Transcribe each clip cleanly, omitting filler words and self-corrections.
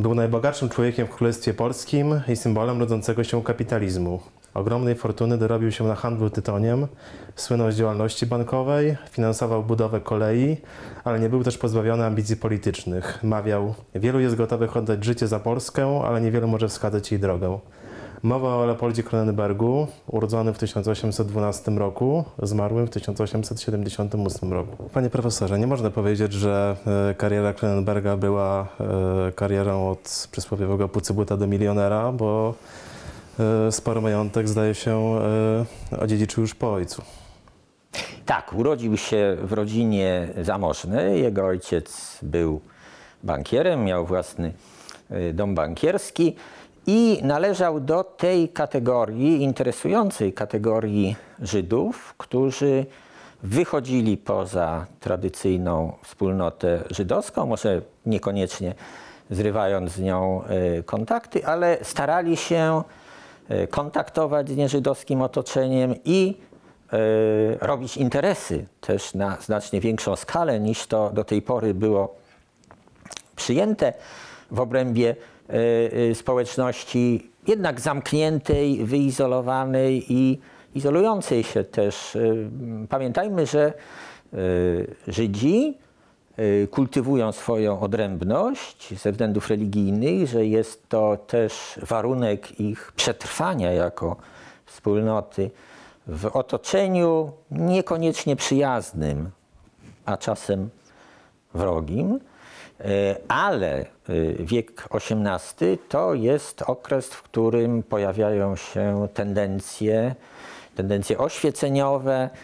Był najbogatszym człowiekiem w Królestwie Polskim i symbolem rodzącego się kapitalizmu. Ogromnej fortuny dorobił się na handlu tytoniem, słynął z działalności bankowej, finansował budowę kolei, ale nie był też pozbawiony ambicji politycznych. Mawiał: wielu jest gotowych oddać życie za Polskę, ale niewielu może wskazać jej drogę. Mowa o Leopoldzie Kronenbergu, urodzonym w 1812 roku, zmarłym w 1878 roku. Panie profesorze, nie można powiedzieć, że kariera Kronenberga była karierą od przysłowiowego pucybuta do milionera, bo spory majątek, zdaje się, odziedziczył już po ojcu. Tak, urodził się w rodzinie zamożnej. Jego ojciec był bankierem, miał własny dom bankierski i należał do tej kategorii, interesującej kategorii Żydów, którzy wychodzili poza tradycyjną wspólnotę żydowską, może niekoniecznie zrywając z nią kontakty, ale starali się kontaktować z nieżydowskim otoczeniem i robić interesy też na znacznie większą skalę niż to do tej pory było przyjęte w obrębie społeczności jednak zamkniętej, wyizolowanej i izolującej się też. Pamiętajmy, że Żydzi kultywują swoją odrębność ze względów religijnych, że jest to też warunek ich przetrwania jako wspólnoty w otoczeniu niekoniecznie przyjaznym, a czasem wrogim. Ale wiek XVIII to jest okres, w którym pojawiają się tendencje oświeceniowe.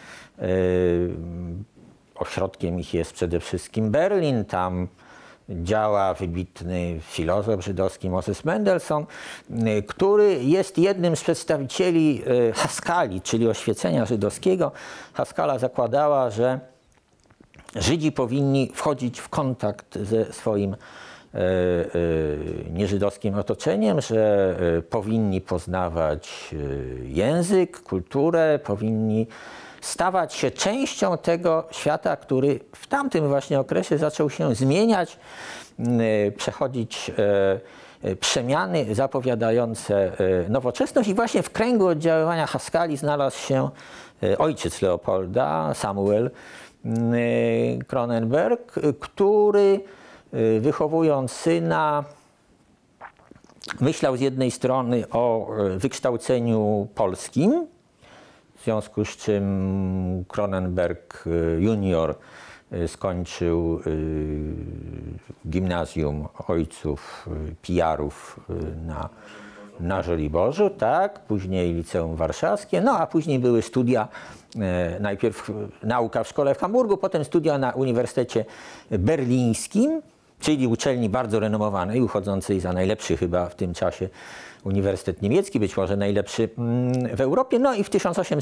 Ośrodkiem ich jest przede wszystkim Berlin. Tam działa wybitny filozof żydowski Moses Mendelssohn, który jest jednym z przedstawicieli Haskali, czyli oświecenia żydowskiego. Haskala zakładała, że Żydzi powinni wchodzić w kontakt ze swoim nieżydowskim otoczeniem, że powinni poznawać język, kulturę, powinni stawać się częścią tego świata, który w tamtym właśnie okresie zaczął się zmieniać, przechodzić przemiany zapowiadające nowoczesność. I właśnie w kręgu oddziaływania Haskali znalazł się ojciec Leopolda, Samuel Kronenberg, który wychowując syna myślał z jednej strony o wykształceniu polskim, w związku z czym Kronenberg junior skończył gimnazjum ojców Pijarów na Żoliborzu, tak, później liceum warszawskie, no a później były studia, najpierw nauka w szkole w Hamburgu, potem studia na Uniwersytecie Berlińskim, czyli uczelni bardzo renomowanej, uchodzącej za najlepszy chyba w tym czasie uniwersytet niemiecki, być może najlepszy w Europie. No i w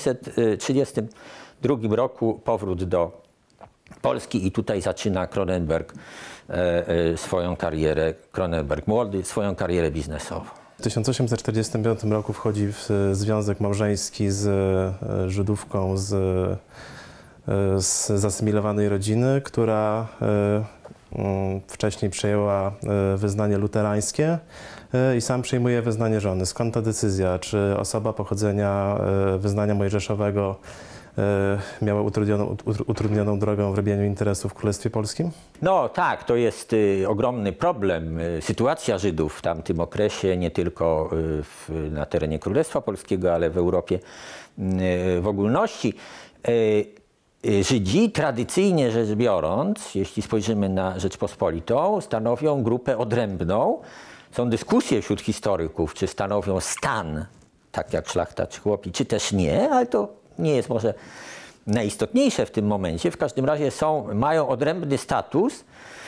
1832 roku powrót do Polski i tutaj zaczyna Kronenberg swoją karierę, Kronenberg młody, swoją karierę biznesową. W 1845 roku wchodzi w związek małżeński z Żydówką z zasymilowanej rodziny, która wcześniej przejęła wyznanie luterańskie i sam przyjmuje wyznanie żony. Skąd ta decyzja? Czy osoba pochodzenia wyznania mojżeszowego miała utrudnioną drogę w robieniu interesów w Królestwie Polskim? No tak, to jest ogromny problem. Sytuacja Żydów w tamtym okresie, nie tylko na terenie Królestwa Polskiego, ale w Europie w ogólności. Żydzi, tradycyjnie rzecz biorąc, jeśli spojrzymy na Rzeczpospolitą, stanowią grupę odrębną. Są dyskusje wśród historyków, czy stanowią stan, tak jak szlachta czy chłopi, czy też nie, ale to nie jest może najistotniejsze w tym momencie. W każdym razie mają odrębny status,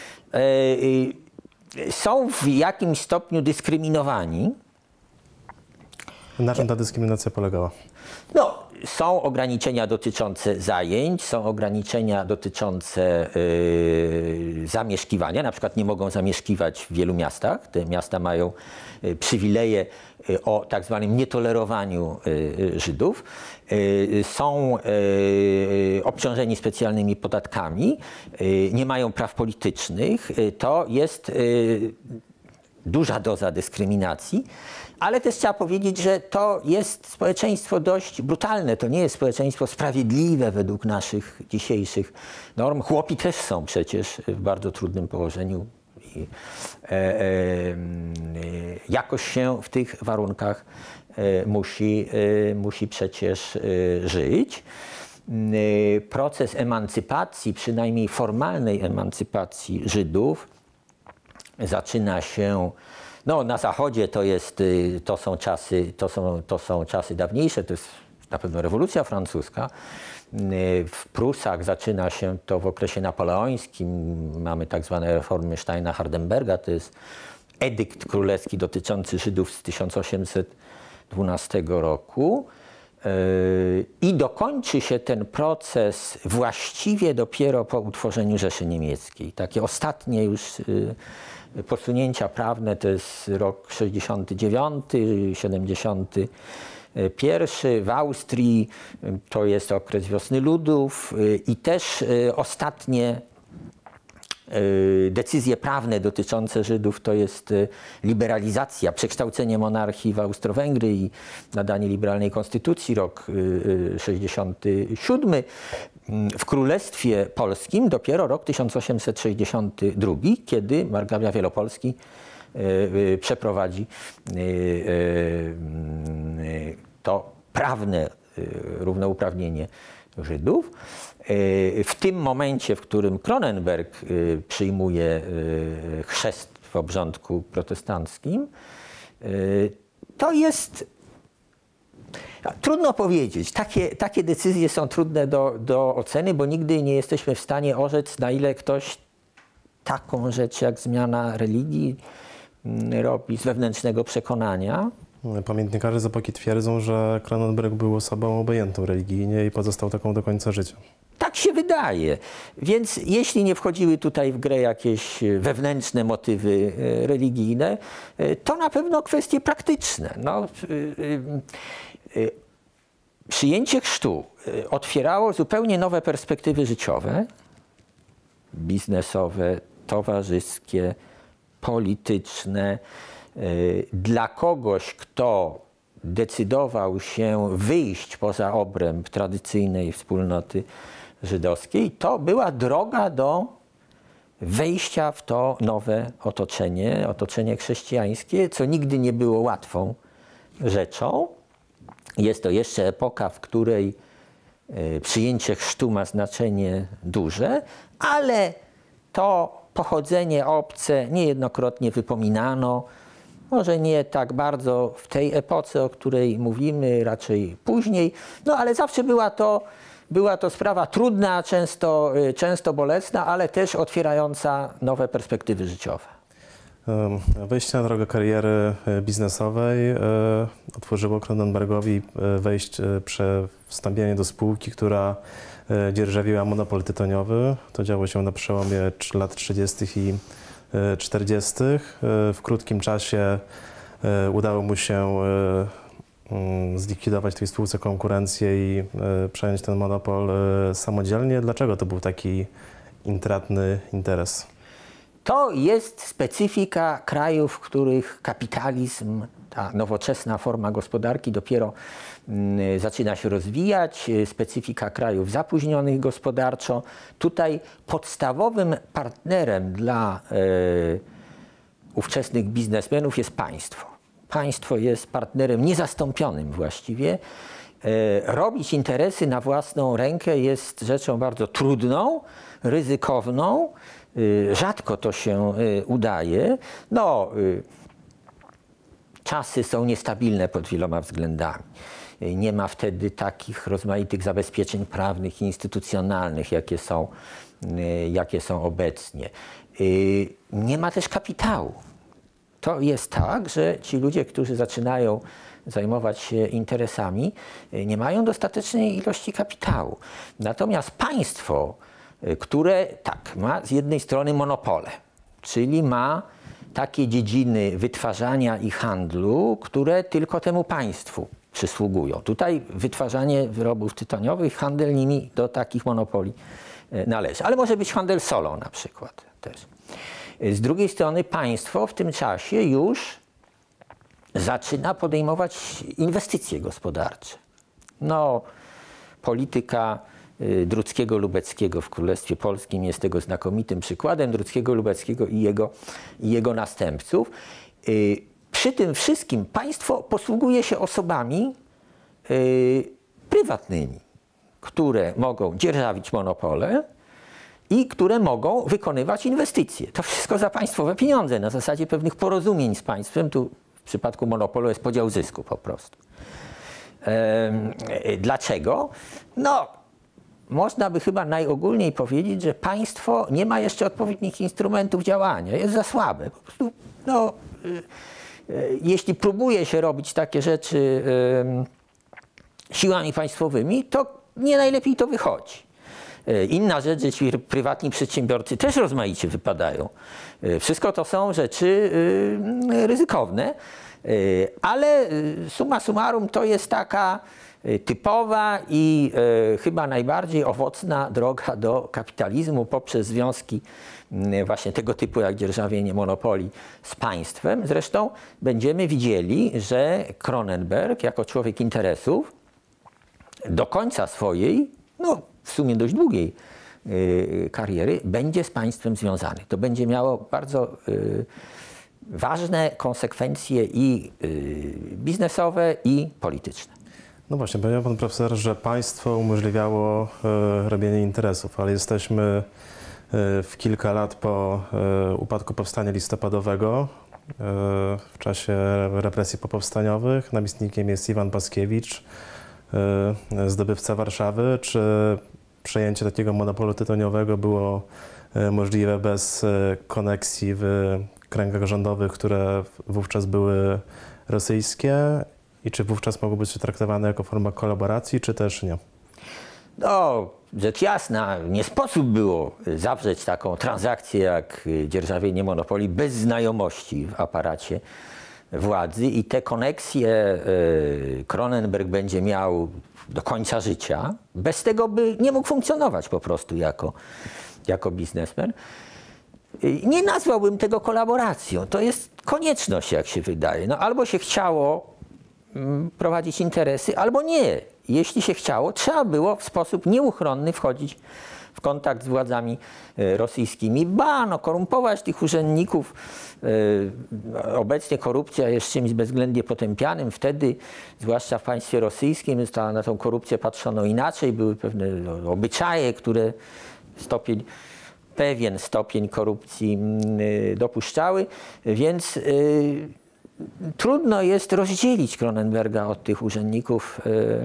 są w jakimś stopniu dyskryminowani. Na czym ta dyskryminacja polegała? No, są ograniczenia dotyczące zajęć, są ograniczenia dotyczące zamieszkiwania. Na przykład nie mogą zamieszkiwać w wielu miastach. Te miasta mają przywileje o tak zwanym nietolerowaniu Żydów. Są obciążeni specjalnymi podatkami, nie mają praw politycznych. To jest duża doza dyskryminacji, ale też trzeba powiedzieć, że to jest społeczeństwo dość brutalne, to nie jest społeczeństwo sprawiedliwe według naszych dzisiejszych norm. Chłopi też są przecież w bardzo trudnym położeniu i jakoś się w tych warunkach musi przecież żyć. Proces emancypacji, przynajmniej formalnej emancypacji Żydów, zaczyna się, no na Zachodzie to są czasy dawniejsze, to jest na pewno rewolucja francuska. W Prusach zaczyna się to w okresie napoleońskim, mamy tak zwane reformy Steina-Hardenberga, to jest edykt królewski dotyczący Żydów z 1812 roku. I dokończy się ten proces właściwie dopiero po utworzeniu Rzeszy Niemieckiej. Takie ostatnie już posunięcia prawne to jest rok 69, 71. W Austrii to jest okres Wiosny Ludów i też ostatnie decyzje prawne dotyczące Żydów to jest liberalizacja, przekształcenie monarchii w Austro-Węgry i nadanie liberalnej konstytucji, rok 67. W Królestwie Polskim dopiero rok 1862, kiedy margrabia Wielopolski przeprowadzi to prawne równouprawnienie Żydów. W tym momencie, w którym Kronenberg przyjmuje chrzest w obrządku protestanckim, to jest trudno powiedzieć. Takie decyzje są trudne do oceny, bo nigdy nie jesteśmy w stanie orzec, na ile ktoś taką rzecz jak zmiana religii robi z wewnętrznego przekonania. Pamiętnikarze z epoki twierdzą, że Kronenberg był osobą obojętną religijnie i pozostał taką do końca życia. Tak się wydaje. Więc jeśli nie wchodziły tutaj w grę jakieś wewnętrzne motywy religijne, to na pewno kwestie praktyczne. No, przyjęcie chrztu otwierało zupełnie nowe perspektywy życiowe, biznesowe, towarzyskie, polityczne. Dla kogoś, kto decydował się wyjść poza obręb tradycyjnej wspólnoty żydowskiej, to była droga do wejścia w to nowe otoczenie chrześcijańskie, co nigdy nie było łatwą rzeczą. Jest to jeszcze epoka, w której przyjęcie chrztu ma znaczenie duże, ale to pochodzenie obce niejednokrotnie wypominano. Może nie tak bardzo w tej epoce, o której mówimy, raczej później, no ale zawsze była to sprawa trudna, często bolesna, ale też otwierająca nowe perspektywy życiowe. Wejście na drogę kariery biznesowej otworzyło Kronenbergowi wstąpienie do spółki, która dzierżawiła monopol tytoniowy. To działo się na przełomie lat 30. i 40. W krótkim czasie udało mu się zlikwidować tej spółce konkurencję i przejąć ten monopol samodzielnie. Dlaczego to był taki intratny interes? To jest specyfika krajów, w których kapitalizm, ta nowoczesna forma gospodarki dopiero zaczyna się rozwijać, specyfika krajów zapóźnionych gospodarczo. Tutaj podstawowym partnerem dla ówczesnych biznesmenów jest państwo. Państwo jest partnerem niezastąpionym właściwie. Robić interesy na własną rękę jest rzeczą bardzo trudną, ryzykowną. Rzadko to się udaje. No, czasy są niestabilne pod wieloma względami. Nie ma wtedy takich rozmaitych zabezpieczeń prawnych i instytucjonalnych, jakie są obecnie. Nie ma też kapitału. To jest tak, że ci ludzie, którzy zaczynają zajmować się interesami, nie mają dostatecznej ilości kapitału. Natomiast państwo, które tak, ma z jednej strony monopole, czyli ma takie dziedziny wytwarzania i handlu, które tylko temu państwu przysługują. Tutaj wytwarzanie wyrobów tytoniowych, handel nimi do takich monopoli należy. Ale może być handel solą na przykład też. Z drugiej strony państwo w tym czasie już zaczyna podejmować inwestycje gospodarcze. No, polityka Druckiego-Lubeckiego w Królestwie Polskim jest tego znakomitym przykładem, Druckiego-Lubeckiego i jego następców. Przy tym wszystkim państwo posługuje się osobami prywatnymi, które mogą dzierżawić monopole i które mogą wykonywać inwestycje. To wszystko za państwowe pieniądze, na zasadzie pewnych porozumień z państwem. Tu w przypadku monopolu jest podział zysku po prostu. Dlaczego? No, można by chyba najogólniej powiedzieć, że państwo nie ma jeszcze odpowiednich instrumentów działania, jest za słabe. Po prostu, no, jeśli próbuje się robić takie rzeczy siłami państwowymi, to nie najlepiej to wychodzi. Inna rzecz, że ci prywatni przedsiębiorcy też rozmaicie wypadają. Wszystko to są rzeczy ryzykowne, ale summa summarum to jest taka typowa i chyba najbardziej owocna droga do kapitalizmu poprzez związki właśnie tego typu jak dzierżawienie monopoli z państwem. Zresztą będziemy widzieli, że Cronenberg jako człowiek interesów do końca swojej, no w sumie dość długiej kariery będzie z państwem związany. To będzie miało bardzo ważne konsekwencje i biznesowe, i polityczne. No właśnie, powiedział pan profesor, że państwo umożliwiało robienie interesów, ale jesteśmy w kilka lat po upadku powstania listopadowego, w czasie represji popowstaniowych. Namiestnikiem jest Iwan Paskiewicz, zdobywca Warszawy. Czy przejęcie takiego monopolu tytoniowego było możliwe bez koneksji w kręgach rządowych, które wówczas były rosyjskie? I czy wówczas mogło być traktowane jako forma kolaboracji, czy też nie? No, rzecz jasna, nie sposób było zawrzeć taką transakcję jak dzierżawienie monopoli bez znajomości w aparacie władzy i te koneksje Cronenberg będzie miał do końca życia. Bez tego by nie mógł funkcjonować po prostu jako biznesmen. Nie nazwałbym tego kolaboracją. To jest konieczność, jak się wydaje. No, albo się chciało prowadzić interesy, albo nie. Jeśli się chciało, trzeba było w sposób nieuchronny wchodzić w kontakt z władzami rosyjskimi. No, korumpować tych urzędników. Obecnie korupcja jest czymś bezwzględnie potępianym. Wtedy, zwłaszcza w państwie rosyjskim, na tą korupcję patrzono inaczej. Były pewne obyczaje, które pewien stopień korupcji dopuszczały, więc trudno jest rozdzielić Cronenberga od tych urzędników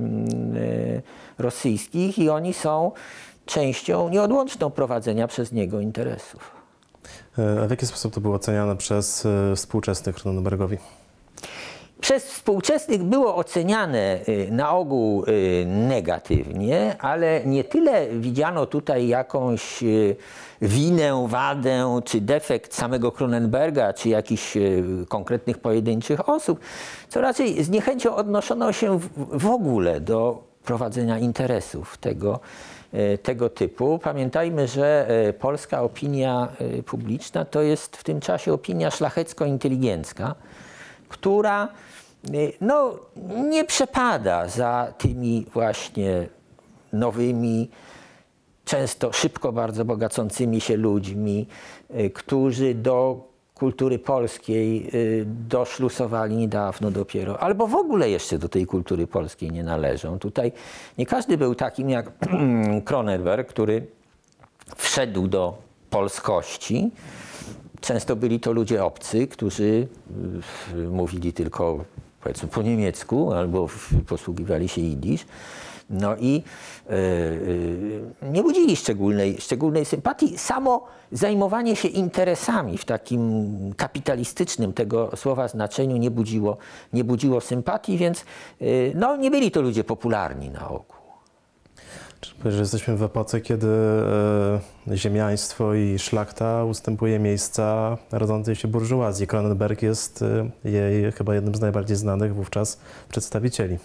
rosyjskich i oni są częścią nieodłączną prowadzenia przez niego interesów. A w jaki sposób to było oceniane przez współczesnych Cronenbergowi? Przez współczesnych było oceniane na ogół negatywnie, ale nie tyle widziano tutaj jakąś winę, wadę czy defekt samego Cronenberga, czy jakichś konkretnych pojedynczych osób, co raczej z niechęcią odnoszono się w ogóle do prowadzenia interesów tego typu. Pamiętajmy, że polska opinia publiczna to jest w tym czasie opinia szlachecko-inteligencka, która no, nie przepada za tymi właśnie nowymi, często szybko bardzo bogacącymi się ludźmi, którzy do kultury polskiej doszlusowali niedawno dopiero, albo w ogóle jeszcze do tej kultury polskiej nie należą. Tutaj nie każdy był takim jak Cronenberg, który wszedł do polskości. Często byli to ludzie obcy, którzy mówili tylko, powiedzmy, po niemiecku albo posługiwali się jidysz. No i nie budzili szczególnej sympatii. Samo zajmowanie się interesami w takim kapitalistycznym tego słowa znaczeniu nie budziło sympatii, więc no, nie byli to ludzie popularni na ogół. Że jesteśmy w epoce, kiedy ziemiaństwo i szlachta ustępuje miejsca rodzącej się burżuazji. Cronenberg jest jej chyba jednym z najbardziej znanych wówczas przedstawicieli.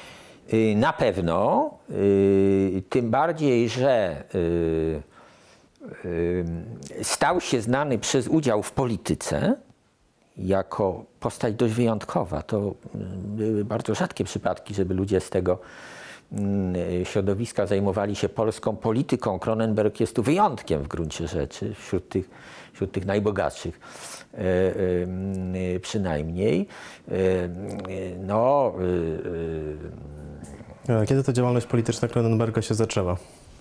Na pewno, tym bardziej, że stał się znany przez udział w polityce jako postać dość wyjątkowa. To były bardzo rzadkie przypadki, żeby ludzie z tego środowiska zajmowali się polską polityką. Cronenberg jest tu wyjątkiem w gruncie rzeczy, wśród tych najbogatszych przynajmniej. Kiedy ta działalność polityczna Cronenberga się zaczęła?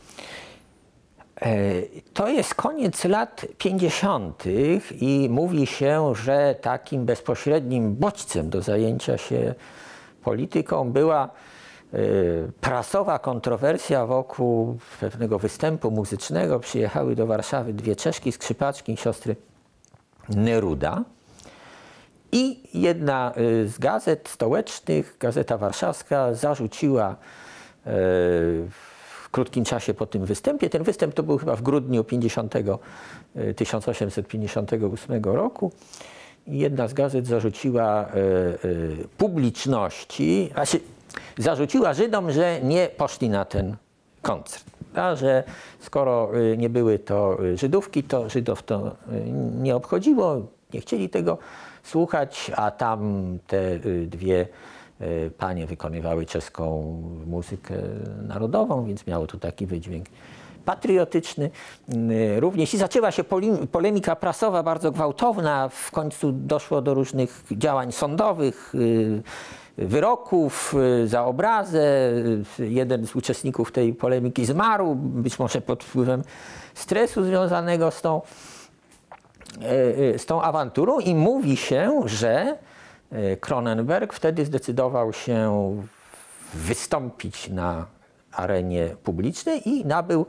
To jest koniec lat 50. i mówi się, że takim bezpośrednim bodźcem do zajęcia się polityką była prasowa kontrowersja wokół pewnego występu muzycznego. Przyjechały do Warszawy dwie Czeszki, skrzypaczki, siostry Neruda. I jedna z gazet stołecznych, Gazeta Warszawska, zarzuciła w krótkim czasie po tym występie. Ten występ to był chyba w grudniu 1858 roku. I jedna z gazet zarzuciła publiczności, zarzuciła Żydom, że nie poszli na ten koncert. A że skoro nie były to Żydówki, to Żydów to nie obchodziło, nie chcieli tego słuchać, a tam te dwie panie wykonywały czeską muzykę narodową, więc miało tu taki wydźwięk patriotyczny również. I zaczęła się polemika prasowa bardzo gwałtowna. W końcu doszło do różnych działań sądowych, wyroków za obrazę. Jeden z uczestników tej polemiki zmarł, być może pod wpływem stresu związanego z tą awanturą, i mówi się, że Cronenberg wtedy zdecydował się wystąpić na arenie publicznej i nabył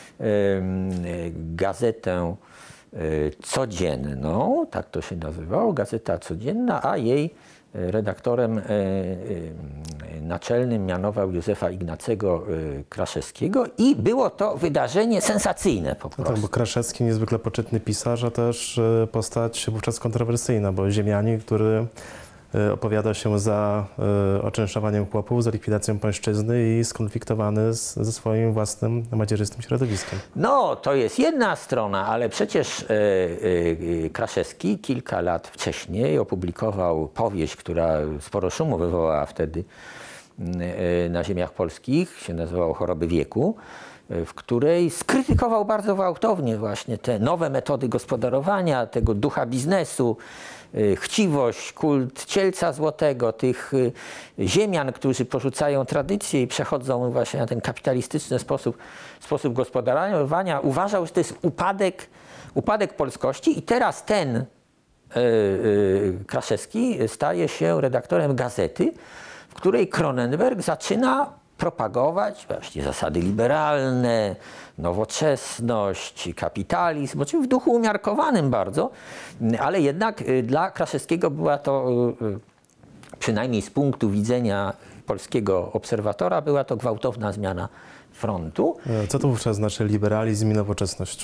gazetę codzienną, tak to się nazywało, Gazeta Codzienna, a jej redaktorem naczelnym mianował Józefa Ignacego Kraszewskiego i było to wydarzenie sensacyjne po prostu. No tak, bo Kraszewski, niezwykle poczytny pisarz, a też postać wówczas kontrowersyjna, bo ziemianin, który opowiada się za oczęszczawaniem chłopów, za likwidacją pańszczyzny i skonfliktowany ze swoim własnym macierzystym środowiskiem. No, to jest jedna strona, ale przecież Kraszewski kilka lat wcześniej opublikował powieść, która sporo szumu wywołała wtedy na ziemiach polskich, się nazywało Choroby wieku, w której skrytykował bardzo gwałtownie właśnie te nowe metody gospodarowania, tego ducha biznesu, chciwość, kult cielca złotego, tych ziemian, którzy porzucają tradycję i przechodzą właśnie na ten kapitalistyczny sposób gospodarowania. Uważał, że to jest upadek polskości i teraz ten Kraszewski staje się redaktorem gazety, w której Cronenberg zaczyna propagować właśnie zasady liberalne, nowoczesność, kapitalizm, oczywiście w duchu umiarkowanym bardzo, ale jednak dla Kraszewskiego była to, przynajmniej z punktu widzenia polskiego obserwatora, była to gwałtowna zmiana frontu. Co to wówczas znaczy liberalizm i nowoczesność?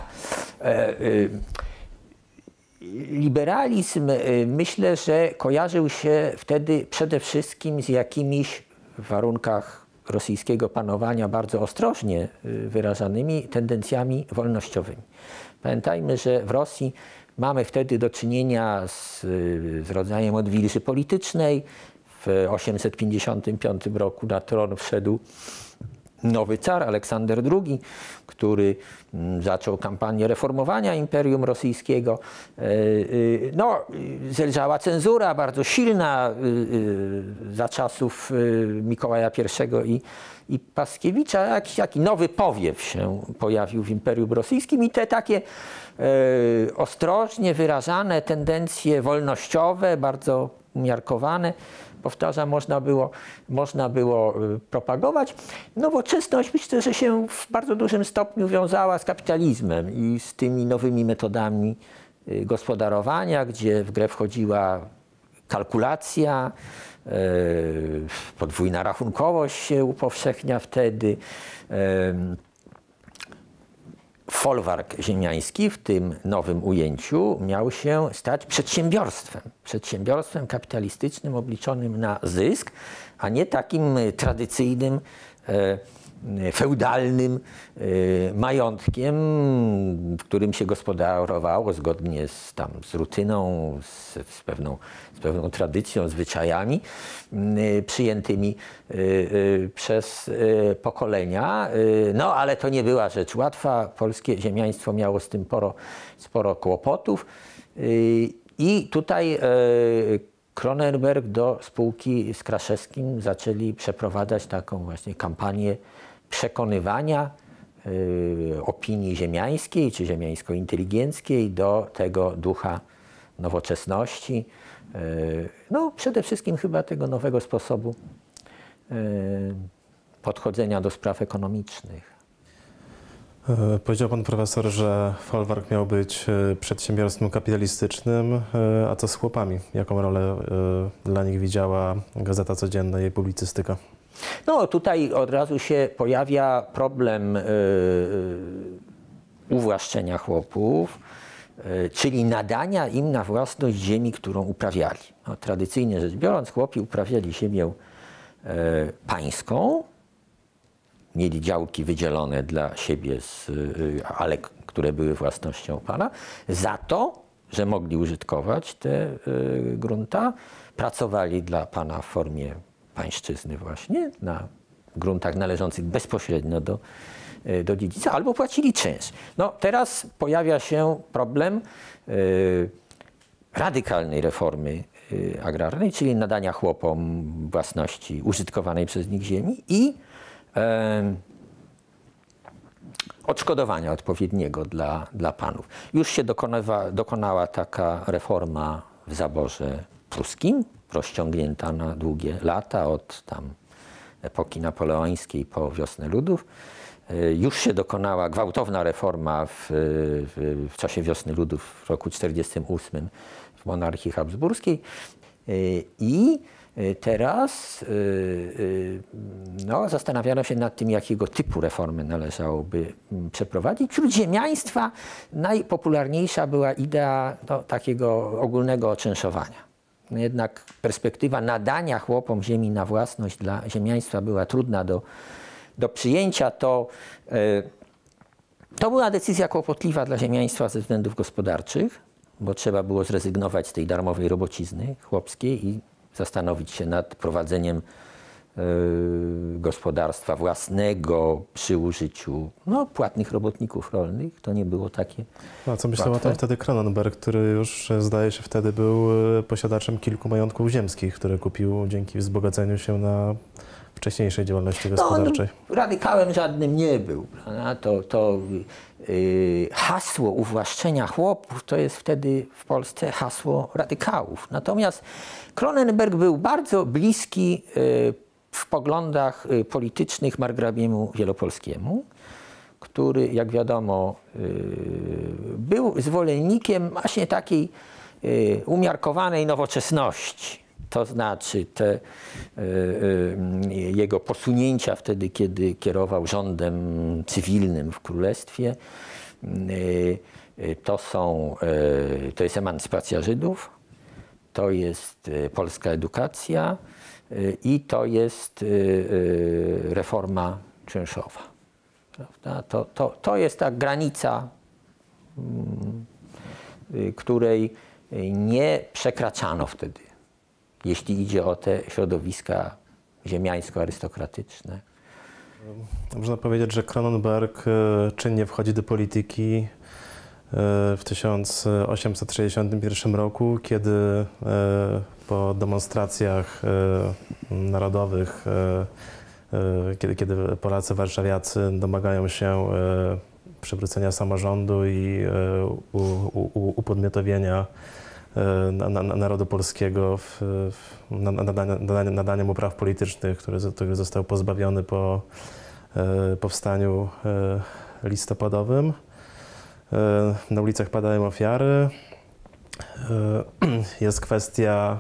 Liberalizm, myślę, że kojarzył się wtedy przede wszystkim z jakimiś w warunkach rosyjskiego panowania bardzo ostrożnie wyrażanymi tendencjami wolnościowymi. Pamiętajmy, że w Rosji mamy wtedy do czynienia z rodzajem odwilży politycznej. W 855 roku na tron wszedł nowy car, Aleksander II, który zaczął kampanię reformowania Imperium Rosyjskiego. No, zelżała cenzura bardzo silna za czasów Mikołaja I i Paskiewicza. Jakiś nowy powiew się pojawił w Imperium Rosyjskim i te takie ostrożnie wyrażane tendencje wolnościowe, bardzo umiarkowane, powtarzam, można było propagować. Nowoczesność myślę, że się w bardzo dużym stopniu wiązała z kapitalizmem i z tymi nowymi metodami gospodarowania, gdzie w grę wchodziła kalkulacja, podwójna rachunkowość się upowszechnia wtedy. Folwark ziemiański w tym nowym ujęciu miał się stać przedsiębiorstwem kapitalistycznym obliczonym na zysk, a nie takim tradycyjnym feudalnym majątkiem, w którym się gospodarowało zgodnie z rutyną, z pewną tradycją, zwyczajami przyjętymi przez pokolenia. No ale to nie była rzecz łatwa. Polskie ziemiaństwo miało z tym sporo kłopotów. I tutaj Cronenberg do spółki z Kraszewskim zaczęli przeprowadzać taką właśnie kampanię przekonywania opinii ziemiańskiej czy ziemiańsko-inteligenckiej do tego ducha nowoczesności. No przede wszystkim chyba tego nowego sposobu podchodzenia do spraw ekonomicznych. Powiedział pan profesor, że folwark miał być przedsiębiorstwem kapitalistycznym, a co z chłopami? Jaką rolę dla nich widziała Gazeta Codzienna i jej publicystyka? No tutaj od razu się pojawia problem uwłaszczenia chłopów, czyli nadania im na własność ziemi, którą uprawiali. No, tradycyjnie rzecz biorąc, chłopi uprawiali ziemię pańską, mieli działki wydzielone dla siebie, ale które były własnością pana, za to, że mogli użytkować te grunta, pracowali dla pana w formie pańszczyzny właśnie, na gruntach należących bezpośrednio do dziedzica, albo płacili czynsz. No teraz pojawia się problem radykalnej reformy agrarnej, czyli nadania chłopom własności użytkowanej przez nich ziemi i odszkodowania odpowiedniego dla panów. Już się dokonała taka reforma w zaborze pruskim, rozciągnięta na długie lata, od tam epoki napoleońskiej po Wiosnę Ludów. Już się dokonała gwałtowna reforma w czasie Wiosny Ludów w roku 1948 w monarchii habsburskiej i teraz no, zastanawiano się nad tym, jakiego typu reformy należałoby przeprowadzić. Wśród ziemiaństwa najpopularniejsza była idea takiego ogólnego oczynszowania. No jednak perspektywa nadania chłopom ziemi na własność dla ziemiaństwa była trudna do przyjęcia. To była decyzja kłopotliwa dla ziemiaństwa ze względów gospodarczych, bo trzeba było zrezygnować z tej darmowej robocizny chłopskiej i zastanowić się nad prowadzeniem gospodarstwa własnego przy użyciu płatnych robotników rolnych. To nie było takie A co myślał o tym wtedy Cronenberg, który już zdaje się wtedy był posiadaczem kilku majątków ziemskich, które kupił dzięki wzbogaceniu się na wcześniejszej działalności gospodarczej? No, radykałem żadnym nie był. To hasło uwłaszczenia chłopów to jest wtedy w Polsce hasło radykałów. Natomiast Cronenberg był bardzo bliski w poglądach politycznych margrabiemu Wielopolskiemu, który, jak wiadomo, był zwolennikiem właśnie takiej umiarkowanej nowoczesności. To znaczy te jego posunięcia wtedy, kiedy kierował rządem cywilnym w królestwie, to jest emancypacja Żydów, to jest polska edukacja i to jest reforma czynszowa. Prawda? To jest ta granica, której nie przekraczano wtedy, jeśli idzie o te środowiska ziemiańsko-arystokratyczne. Można powiedzieć, że Cronenberg czynnie wchodzi do polityki w 1861 roku, kiedy po demonstracjach narodowych, kiedy Polacy warszawiacy domagają się przywrócenia samorządu i upodmiotowienia narodu polskiego, nadaniem mu praw politycznych, który został pozbawiony po powstaniu listopadowym. Na ulicach padają ofiary. Jest kwestia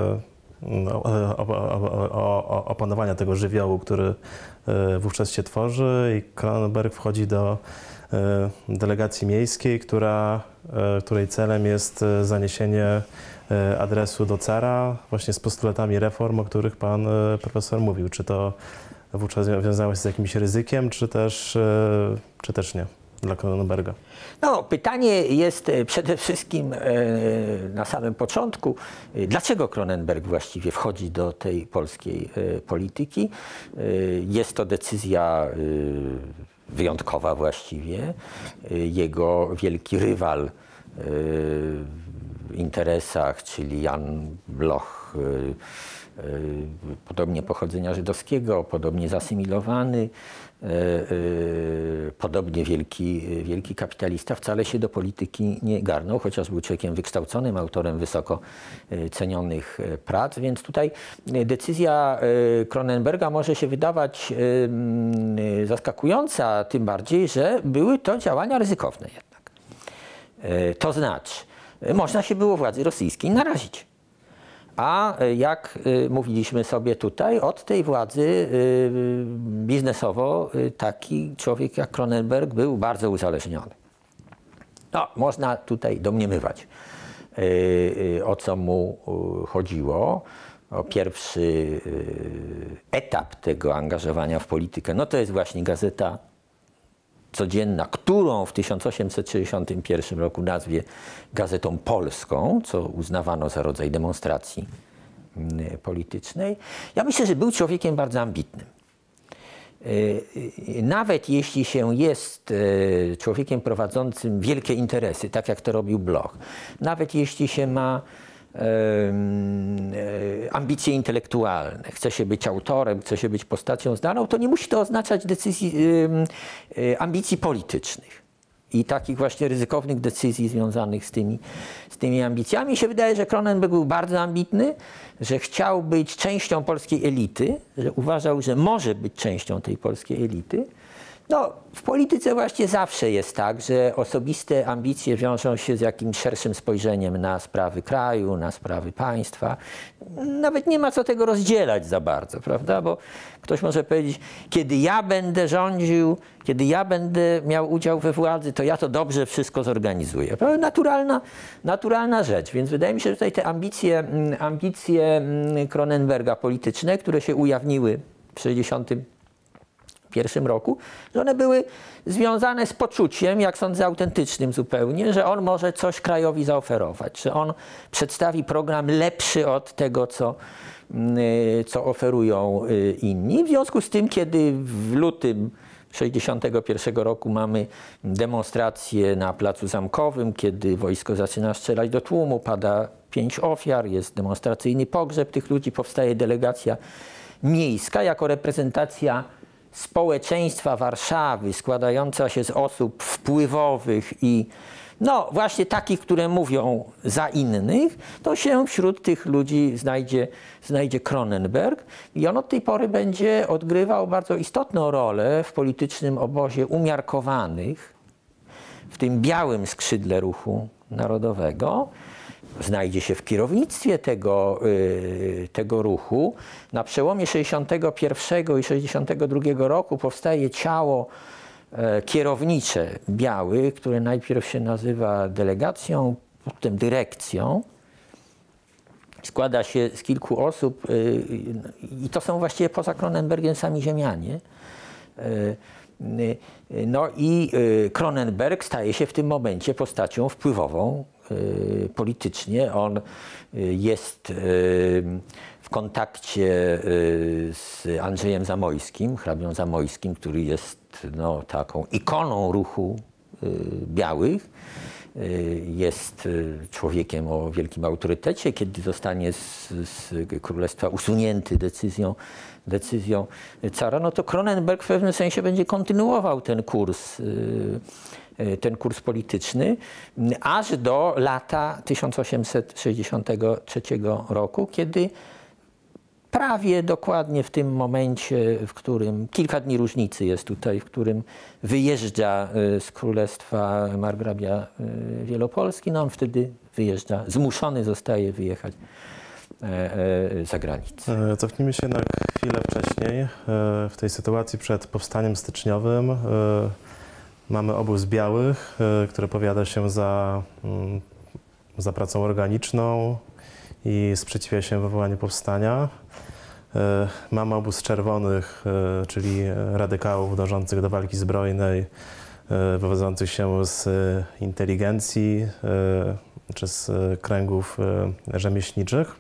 opanowania tego żywiołu, który wówczas się tworzy, i Cronenberg wchodzi do delegacji miejskiej, której celem jest zaniesienie adresu do cara właśnie z postulatami reform, o których pan profesor mówił. Czy to wówczas wiązały się z jakimś ryzykiem, czy też nie dla Cronenberga? No, pytanie jest przede wszystkim na samym początku, dlaczego Cronenberg właściwie wchodzi do tej polskiej polityki. Jest to decyzja wyjątkowa właściwie. Jego wielki rywal w interesach, czyli Jan Bloch, podobnie pochodzenia żydowskiego, podobnie zasymilowany, podobnie wielki kapitalista, wcale się do polityki nie garnął, chociaż był człowiekiem wykształconym, autorem wysoko cenionych prac, więc tutaj decyzja Cronenberga może się wydawać zaskakująca, tym bardziej, że były to działania ryzykowne jednak. To znaczy, można się było władzy rosyjskiej narazić. A jak mówiliśmy sobie tutaj, od tej władzy biznesowo taki człowiek jak Cronenberg był bardzo uzależniony. No, można tutaj domniemywać, o co mu chodziło. O pierwszy etap tego angażowania w politykę, no to jest właśnie Gazeta Codzienna, którą w 1861 roku nazwie Gazetą Polską, co uznawano za rodzaj demonstracji politycznej. Ja myślę, że był człowiekiem bardzo ambitnym. Nawet jeśli się jest człowiekiem prowadzącym wielkie interesy, tak jak to robił Bloch, nawet jeśli się ma ambicje intelektualne, chce się być autorem, chce się być postacią znaną, to nie musi to oznaczać ambicji politycznych i takich właśnie ryzykownych decyzji związanych z tymi ambicjami. Mi się wydaje, że Cronenberg był bardzo ambitny, że chciał być częścią polskiej elity, że uważał, że może być częścią tej polskiej elity. No, w polityce właśnie zawsze jest tak, że osobiste ambicje wiążą się z jakimś szerszym spojrzeniem na sprawy kraju, na sprawy państwa. Nawet nie ma co tego rozdzielać za bardzo, prawda? Bo ktoś może powiedzieć, kiedy ja będę rządził, kiedy ja będę miał udział we władzy, to ja to dobrze wszystko zorganizuję. Naturalna rzecz. Więc wydaje mi się, że tutaj te ambicje Cronenberga polityczne, które się ujawniły w 1961 roku, że one były związane z poczuciem, jak sądzę, autentycznym zupełnie, że on może coś krajowi zaoferować, że on przedstawi program lepszy od tego, co oferują inni. W związku z tym, kiedy w lutym 1961 roku mamy demonstrację na Placu Zamkowym, kiedy wojsko zaczyna strzelać do tłumu, pada 5 ofiar, jest demonstracyjny pogrzeb tych ludzi, powstaje delegacja miejska jako reprezentacja społeczeństwa Warszawy składająca się z osób wpływowych i no właśnie takich, które mówią za innych, to się wśród tych ludzi znajdzie Cronenberg i on od tej pory będzie odgrywał bardzo istotną rolę w politycznym obozie umiarkowanych, w tym białym skrzydle ruchu narodowego. Znajdzie się w kierownictwie tego ruchu. Na przełomie 1961 i 1962 roku powstaje ciało kierownicze białych, które najpierw się nazywa delegacją, potem dyrekcją. Składa się z kilku osób i to są właściwie poza Cronenbergiem sami ziemianie. No i Cronenberg staje się w tym momencie postacią wpływową politycznie. On jest w kontakcie z Andrzejem Zamoyskim, hrabią Zamoyskim, który jest no, taką ikoną ruchu białych. Jest człowiekiem o wielkim autorytecie. Kiedy zostanie z królestwa usunięty decyzją cara, no to Cronenberg w pewnym sensie będzie kontynuował ten kurs polityczny, aż do lata 1863 roku, kiedy prawie dokładnie w tym momencie, w którym kilka dni różnicy jest tutaj, w którym wyjeżdża z królestwa margrabia Wielopolski, no on wtedy wyjeżdża, zmuszony zostaje wyjechać za granicę. Cofnijmy się na chwilę wcześniej. W tej sytuacji przed powstaniem styczniowym mamy obóz białych, który opowiada się za pracą organiczną i sprzeciwia się wywołaniu powstania. Mamy obóz czerwonych, czyli radykałów dążących do walki zbrojnej, wywodzących się z inteligencji czy z kręgów rzemieślniczych.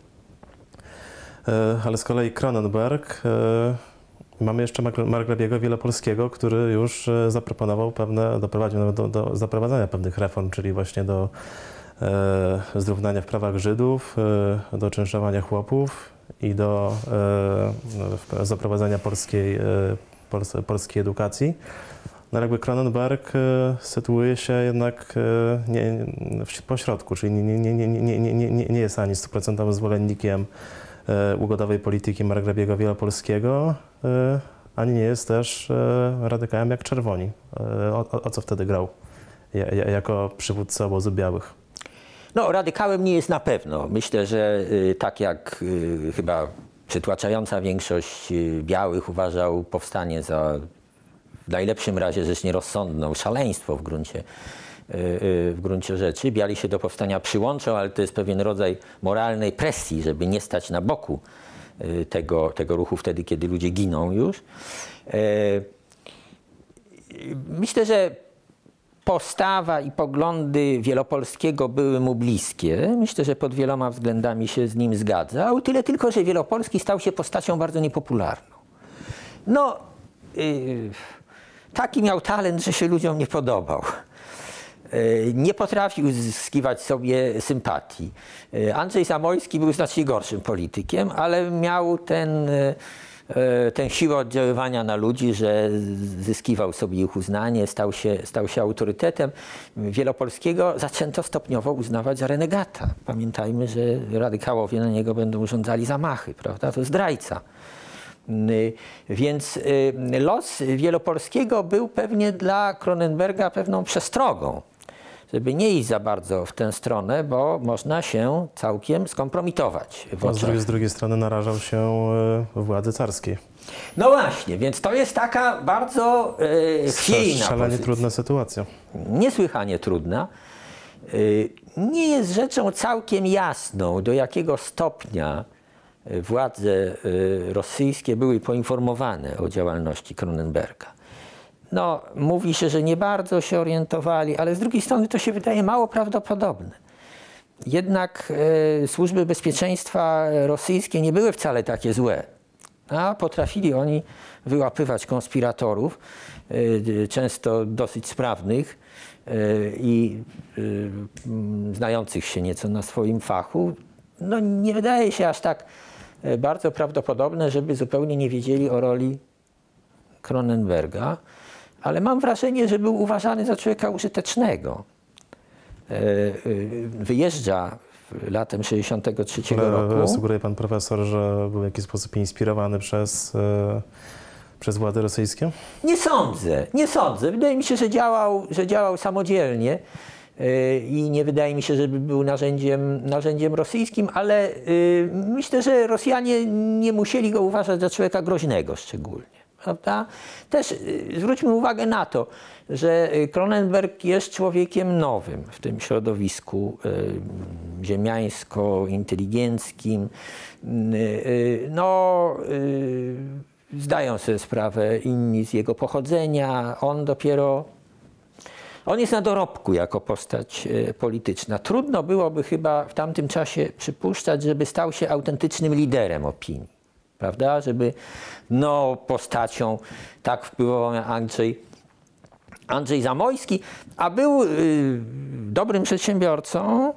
Ale z kolei Kronenberg, mamy jeszcze margrabiego wielopolskiego, który już zaproponował doprowadził do zaprowadzenia pewnych reform, czyli właśnie do zrównania w prawach Żydów, do czynszowania chłopów i do zaprowadzenia polskiej edukacji. No jakby Kronenberg sytuuje się jednak pośrodku, czyli nie jest ani 100% zwolennikiem ugodowej polityki margrabiego wielopolskiego, ani nie jest też radykałem jak czerwoni. O co wtedy grał jako przywódca obozu białych? No, radykałem nie jest na pewno. Myślę, że tak jak chyba przytłaczająca większość białych uważał powstanie za w najlepszym razie rzecz nierozsądną, szaleństwo w gruncie rzeczy. Biali się do powstania przyłączą, ale to jest pewien rodzaj moralnej presji, żeby nie stać na boku tego ruchu wtedy, kiedy ludzie giną już. Myślę, że postawa i poglądy Wielopolskiego były mu bliskie. Myślę, że pod wieloma względami się z nim zgadzał. Tyle tylko, że Wielopolski stał się postacią bardzo niepopularną. No, taki miał talent, że się ludziom nie podobał. Nie potrafił zyskiwać sobie sympatii. Andrzej Zamoyski był znacznie gorszym politykiem, ale miał tę siłę oddziaływania na ludzi, że zyskiwał sobie ich uznanie, stał się autorytetem. Wielopolskiego zaczęto stopniowo uznawać za renegata. Pamiętajmy, że radykałowie na niego będą urządzali zamachy, prawda? To zdrajca. Więc los Wielopolskiego był pewnie dla Kronenberga pewną przestrogą, żeby nie iść za bardzo w tę stronę, bo można się całkiem skompromitować. Z drugiej strony narażał się władzy carskiej. No właśnie, więc to jest taka bardzo chwiejna Szalenie pozycja. trudna sytuacja. Niesłychanie trudna. Nie jest rzeczą całkiem jasną, do jakiego stopnia władze rosyjskie były poinformowane o działalności Kronenberga. No, mówi się, że nie bardzo się orientowali, ale z drugiej strony to się wydaje mało prawdopodobne. Jednak służby bezpieczeństwa rosyjskie nie były wcale takie złe, a potrafili oni wyłapywać konspiratorów, często dosyć sprawnych i znających się nieco na swoim fachu. No, nie wydaje się aż tak bardzo prawdopodobne, żeby zupełnie nie wiedzieli o roli Kronenberga, ale mam wrażenie, że był uważany za człowieka użytecznego. Wyjeżdża latem 1963 roku. Sugeruje pan profesor, że był w jakiś sposób inspirowany przez władze rosyjskie? Nie sądzę. Wydaje mi się, że działał samodzielnie i nie wydaje mi się, żeby był narzędziem rosyjskim, ale myślę, że Rosjanie nie musieli go uważać za człowieka groźnego szczególnie. Prawda? Też zwróćmy uwagę na to, że Kronenberg jest człowiekiem nowym w tym środowisku ziemiańsko-inteligenckim. No, zdają sobie sprawę inni z jego pochodzenia. On jest na dorobku jako postać polityczna. Trudno byłoby chyba w tamtym czasie przypuszczać, żeby stał się autentycznym liderem opinii. Prawda? Żeby postacią tak wpływową jak Andrzej Zamoyski, a był dobrym przedsiębiorcą,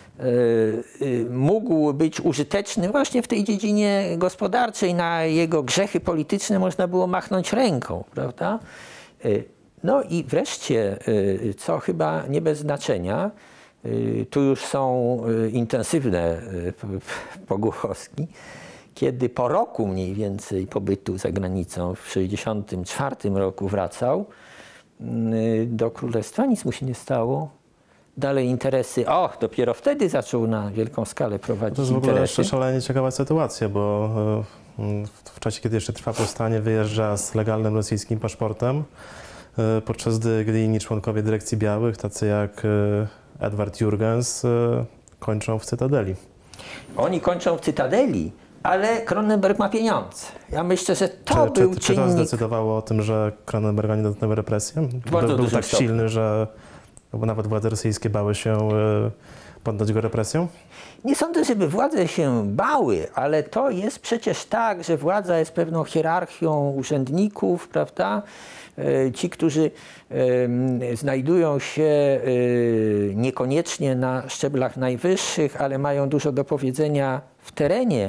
mógł być użyteczny właśnie w tej dziedzinie gospodarczej. Na jego grzechy polityczne można było machnąć ręką, prawda? No i wreszcie, co chyba nie bez znaczenia, tu już są intensywne pogłoski, kiedy po roku mniej więcej pobytu za granicą, w 1964 roku wracał do Królestwa, nic mu się nie stało. Dalej interesy, dopiero wtedy zaczął na wielką skalę prowadzić interesy. To jest w ogóle jeszcze szalenie ciekawa sytuacja, bo w czasie, kiedy jeszcze trwa powstanie, wyjeżdża z legalnym rosyjskim paszportem, podczas gdy inni członkowie Dyrekcji Białych, tacy jak Edward Jurgens, kończą w Cytadeli. Oni kończą w Cytadeli, ale Cronenberg ma pieniądze. Ja myślę, że to był Czy to czynnik... zdecydowało o tym, że Cronenberga nie dotknęły represje? bardzo Był dużym tak stopniu. silny, że nawet władze rosyjskie bały się poddać go represjom? Nie sądzę, żeby władze się bały, ale to jest przecież tak, że władza jest pewną hierarchią urzędników, prawda? Ci, którzy znajdują się niekoniecznie na szczeblach najwyższych, ale mają dużo do powiedzenia w terenie,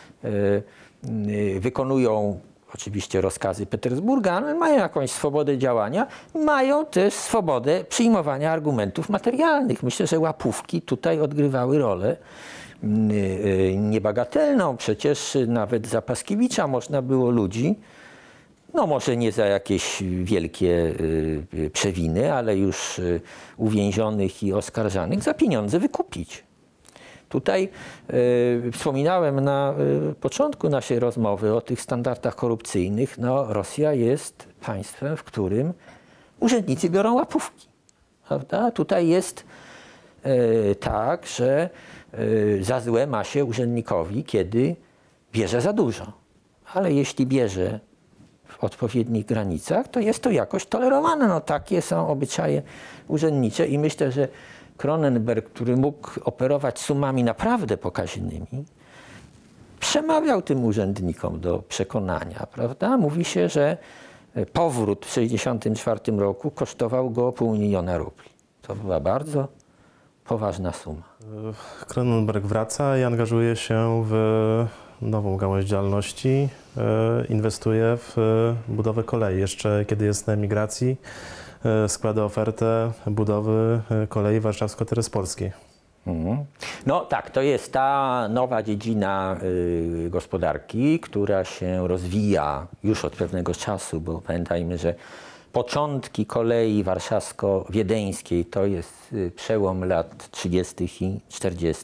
wykonują oczywiście rozkazy Petersburga, ale mają jakąś swobodę działania, mają też swobodę przyjmowania argumentów materialnych. Myślę, że łapówki tutaj odgrywały rolę niebagatelną. Przecież nawet za Paskiewicza można było ludzi, no może nie za jakieś wielkie przewiny, ale już uwięzionych i oskarżanych za pieniądze wykupić. Tutaj wspominałem na początku naszej rozmowy o tych standardach korupcyjnych. No, Rosja jest państwem, w którym urzędnicy biorą łapówki. Prawda? Tutaj jest tak, że za złe ma się urzędnikowi, kiedy bierze za dużo. Ale jeśli bierze w odpowiednich granicach, to jest to jakoś tolerowane. No, takie są obyczaje urzędnicze i myślę, że Cronenberg, który mógł operować sumami naprawdę pokaźnymi, przemawiał tym urzędnikom do przekonania, prawda? Mówi się, że powrót w 1964 roku kosztował go $500 000 rubli. To była bardzo poważna suma. Cronenberg wraca i angażuje się w nową gałąź działalności, inwestuje w budowę kolei. Jeszcze kiedy jest na emigracji, składa ofertę budowy kolei warszawsko-teresporskiej. No tak, to jest ta nowa dziedzina gospodarki, która się rozwija już od pewnego czasu, bo pamiętajmy, że początki kolei warszawsko-wiedeńskiej to jest przełom lat 30. i 40.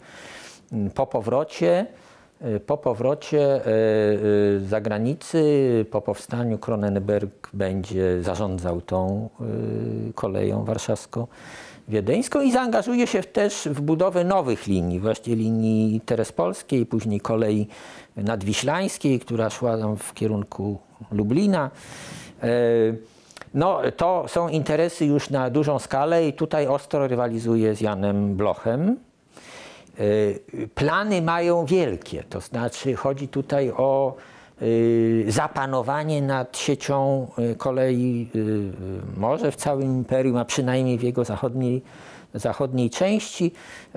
Po powrocie z zagranicy, po powstaniu Cronenberg będzie zarządzał tą koleją warszawsko-wiedeńską i zaangażuje się też w budowę nowych linii, właśnie linii terespolskiej, później kolei nadwiślańskiej, która szła tam w kierunku Lublina. No, to są interesy już na dużą skalę i tutaj ostro rywalizuje z Janem Blochem. Plany mają wielkie, to znaczy chodzi tutaj o zapanowanie nad siecią kolei może w całym imperium, a przynajmniej w jego zachodniej części.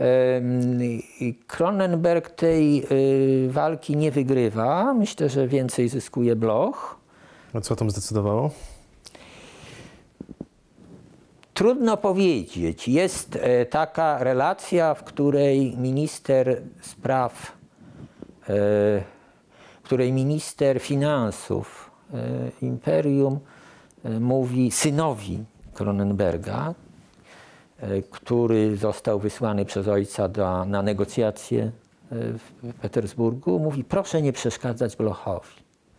Cronenberg tej walki nie wygrywa. Myślę, że więcej zyskuje Bloch. A co tam zdecydowało? Trudno powiedzieć. Jest taka relacja, w której minister finansów imperium mówi synowi Cronenberga, który został wysłany przez ojca na negocjacje w Petersburgu, mówi: proszę nie przeszkadzać Blochowi.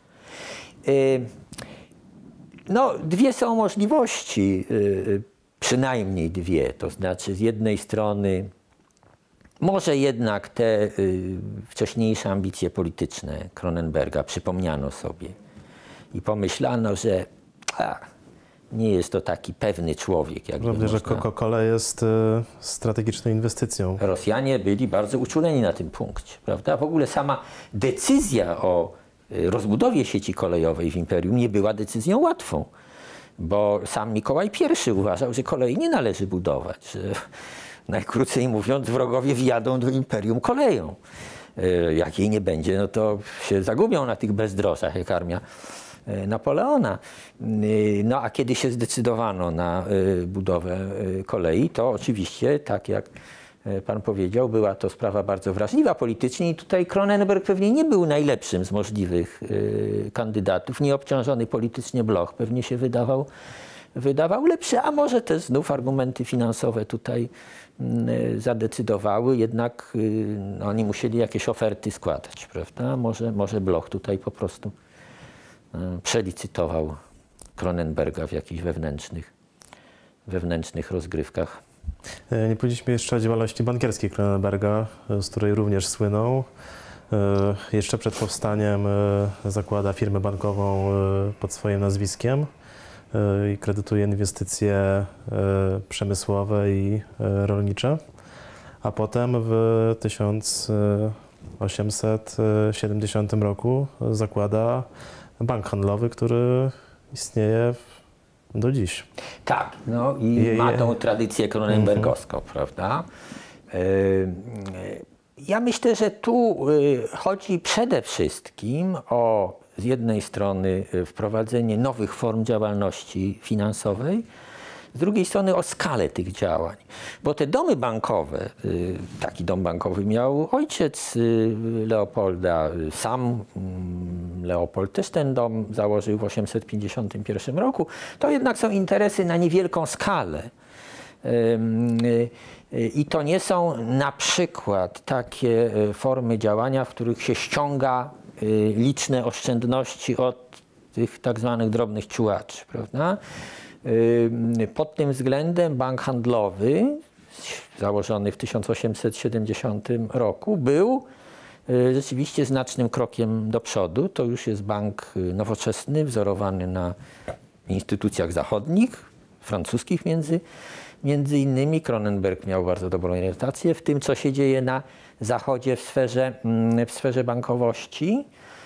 No, dwie są możliwości. Przynajmniej dwie, to znaczy z jednej strony może jednak te wcześniejsze ambicje polityczne Cronenberga przypomniano sobie i pomyślano, że nie jest to taki pewny człowiek. Prawda, że Coca-Cola jest strategiczną inwestycją. Rosjanie byli bardzo uczuleni na tym punkcie, prawda? W ogóle sama decyzja o rozbudowie sieci kolejowej w imperium nie była decyzją łatwą. Bo sam Mikołaj I uważał, że kolei nie należy budować, że najkrócej mówiąc wrogowie wjadą do imperium koleją. Jak jej nie będzie, no to się zagubią na tych bezdrożach, jak armia Napoleona. No a kiedy się zdecydowano na budowę kolei, to oczywiście, tak jak pan powiedział, była to sprawa bardzo wrażliwa politycznie i tutaj Cronenberg pewnie nie był najlepszym z możliwych kandydatów. Nieobciążony politycznie Bloch pewnie się wydawał lepszy, a może też znów argumenty finansowe tutaj zadecydowały, jednak oni musieli jakieś oferty składać, prawda? Może Bloch tutaj po prostu przelicytował Cronenberga w jakichś wewnętrznych rozgrywkach. Nie powiedzieliśmy jeszcze o działalności bankierskiej Cronenberga, z której również słynął. Jeszcze przed powstaniem zakłada firmę bankową pod swoim nazwiskiem i kredytuje inwestycje przemysłowe i rolnicze, a potem w 1870 roku zakłada bank handlowy, który istnieje do dziś. Tak, no i ma tą tradycję kronenbergowską, prawda? Ja myślę, że tu chodzi przede wszystkim o z jednej strony wprowadzenie nowych form działalności finansowej, z drugiej strony o skalę tych działań. Bo te domy bankowe, taki dom bankowy miał ojciec Leopolda, sam Leopold też ten dom założył w 851 roku, to jednak są interesy na niewielką skalę. I to nie są na przykład takie formy działania, w których się ściąga liczne oszczędności od tych tak zwanych drobnych ciułaczy, prawda? Pod tym względem bank handlowy, założony w 1870 roku, był rzeczywiście znacznym krokiem do przodu. To już jest bank nowoczesny, wzorowany na instytucjach zachodnich, francuskich między innymi. Kronenberg miał bardzo dobrą orientację w tym, co się dzieje na Zachodzie w sferze bankowości.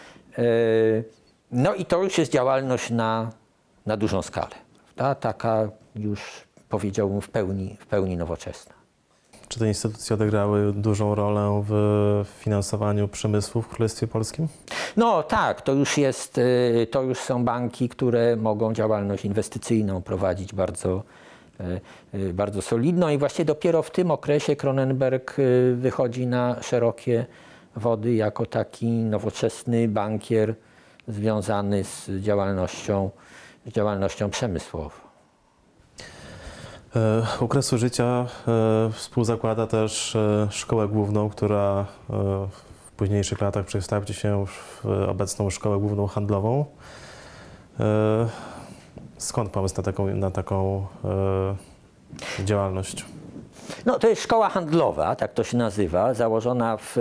No i to już jest działalność na dużą skalę. Taka już, powiedziałbym, w pełni nowoczesna. Czy te instytucje odegrały dużą rolę w finansowaniu przemysłu w Królestwie Polskim? No tak, to już są banki, które mogą działalność inwestycyjną prowadzić bardzo solidną i właśnie dopiero w tym okresie Kronenberg wychodzi na szerokie wody jako taki nowoczesny bankier związany z działalnością przemysłową. U kresu życia współzakłada też szkołę główną, która w późniejszych latach przekształci się w obecną szkołę główną handlową. Skąd pomysł na taką działalność? No, to jest szkoła handlowa, tak to się nazywa, założona w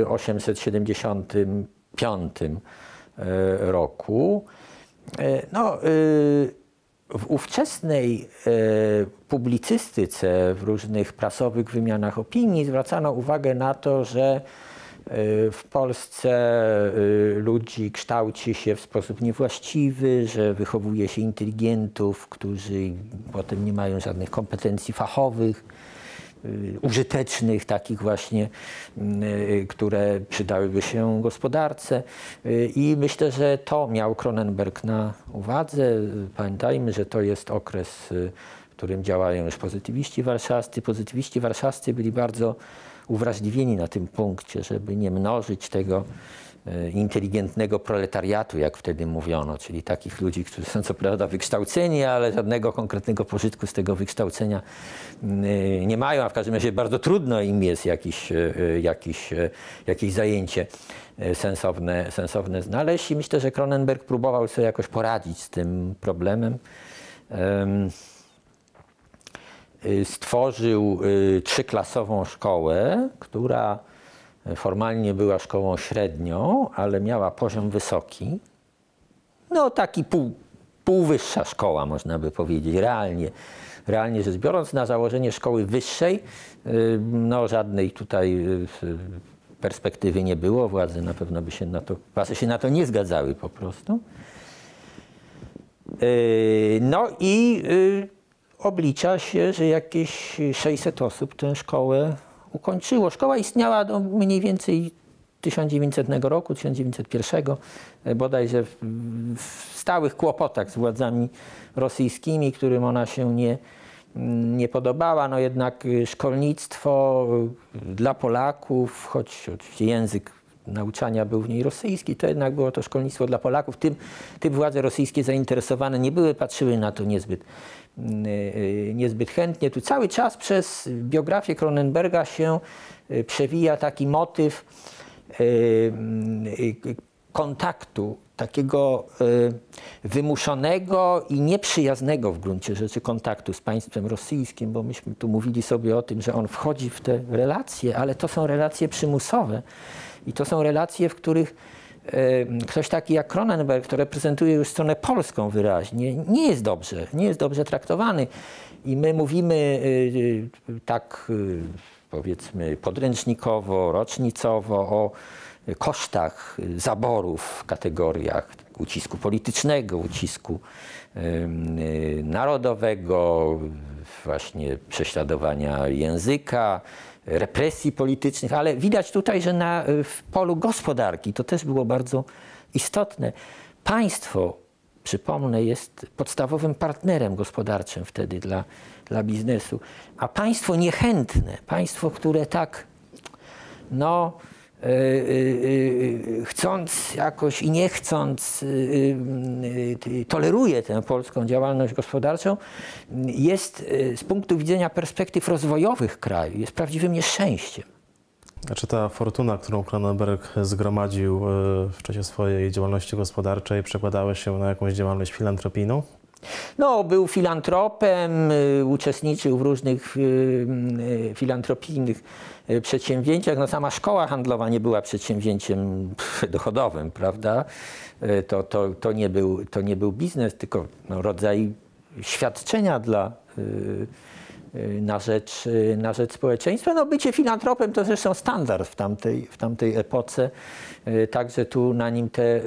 875 roku. No, w ówczesnej publicystyce, w różnych prasowych wymianach opinii zwracano uwagę na to, że w Polsce ludzi kształci się w sposób niewłaściwy, że wychowuje się inteligentów, którzy potem nie mają żadnych kompetencji fachowych, użytecznych, takich właśnie, które przydałyby się gospodarce. I myślę, że to miał Kronenberg na uwadze. Pamiętajmy, że to jest okres, w którym działają już pozytywiści warszawscy. Pozytywiści warszawscy byli bardzo uwrażliwieni na tym punkcie, żeby nie mnożyć tego inteligentnego proletariatu, jak wtedy mówiono, czyli takich ludzi, którzy są co prawda wykształceni, ale żadnego konkretnego pożytku z tego wykształcenia nie mają, a w każdym razie bardzo trudno im jest jakieś zajęcie sensowne znaleźć i myślę, że Kronenberg próbował sobie jakoś poradzić z tym problemem. Stworzył trzyklasową szkołę, która formalnie była szkołą średnią, ale miała poziom wysoki. No taki półwyższa szkoła, można by powiedzieć, realnie rzecz biorąc. Na założenie szkoły wyższej no żadnej tutaj perspektywy nie było. Władze na pewno władze się na to nie zgadzały po prostu. No i oblicza się, że jakieś 600 osób tę szkołę ukończyło. Szkoła istniała do mniej więcej 1900 roku, 1901, bodajże w stałych kłopotach z władzami rosyjskimi, którym ona się nie podobała. No jednak szkolnictwo dla Polaków, choć oczywiście język nauczania był w niej rosyjski, to jednak było to szkolnictwo dla Polaków. Tym władze rosyjskie zainteresowane nie były, patrzyły na to niezbyt chętnie. Tu cały czas przez biografię Kronenberga się przewija taki motyw kontaktu, takiego wymuszonego i nieprzyjaznego w gruncie rzeczy kontaktu z państwem rosyjskim, bo myśmy tu mówili sobie o tym, że on wchodzi w te relacje, ale to są relacje przymusowe. I to są relacje, w których ktoś taki jak Cronenberg, kto reprezentuje już stronę polską wyraźnie, nie jest dobrze traktowany. I my mówimy tak, powiedzmy, podręcznikowo, rocznicowo o kosztach zaborów w kategoriach ucisku politycznego, ucisku narodowego, właśnie prześladowania języka, represji politycznych, ale widać tutaj, że w polu gospodarki to też było bardzo istotne. Państwo, przypomnę, jest podstawowym partnerem gospodarczym wtedy dla biznesu, a państwo niechętne, państwo, które tak, no, chcąc jakoś i nie chcąc toleruje tę polską działalność gospodarczą, jest z punktu widzenia perspektyw rozwojowych kraju, jest prawdziwym nieszczęściem. A czy ta fortuna, którą Cronenberg zgromadził w czasie swojej działalności gospodarczej, przekładała się na jakąś działalność filantropijną? No, był filantropem, uczestniczył w różnych filantropijnych przedsięwzięciach. No, sama szkoła handlowa nie była przedsięwzięciem dochodowym, prawda? To nie był biznes, tylko no, rodzaj świadczenia na rzecz społeczeństwa. No, bycie filantropem to zresztą standard w tamtej epoce. Także tu na nim te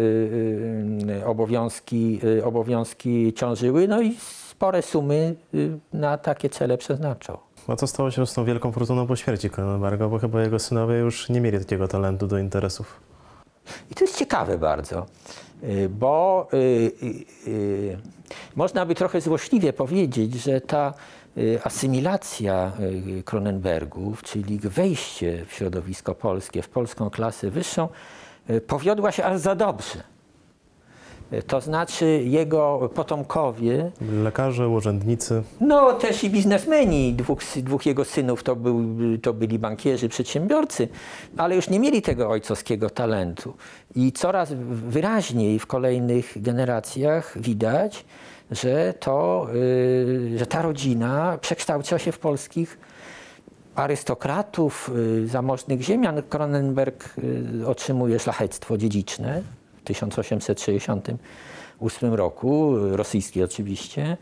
obowiązki ciążyły. No i spore sumy na takie cele przeznaczał. A co stało się z tą wielką fortuną po śmierci Cronenberga? Bo chyba jego synowie już nie mieli takiego talentu do interesów. I to jest ciekawe bardzo, bo można by trochę złośliwie powiedzieć, że ta asymilacja Cronenbergów, czyli wejście w środowisko polskie, w polską klasę wyższą, powiodła się aż za dobrze. To znaczy jego potomkowie... Lekarze, urzędnicy. No też i biznesmeni, dwóch jego synów to byli bankierzy, przedsiębiorcy, ale już nie mieli tego ojcowskiego talentu. I coraz wyraźniej w kolejnych generacjach widać, że ta rodzina przekształca się w polskich arystokratów, zamożnych ziemian. Cronenberg otrzymuje szlachectwo dziedziczne w 1868 roku, rosyjskie oczywiście.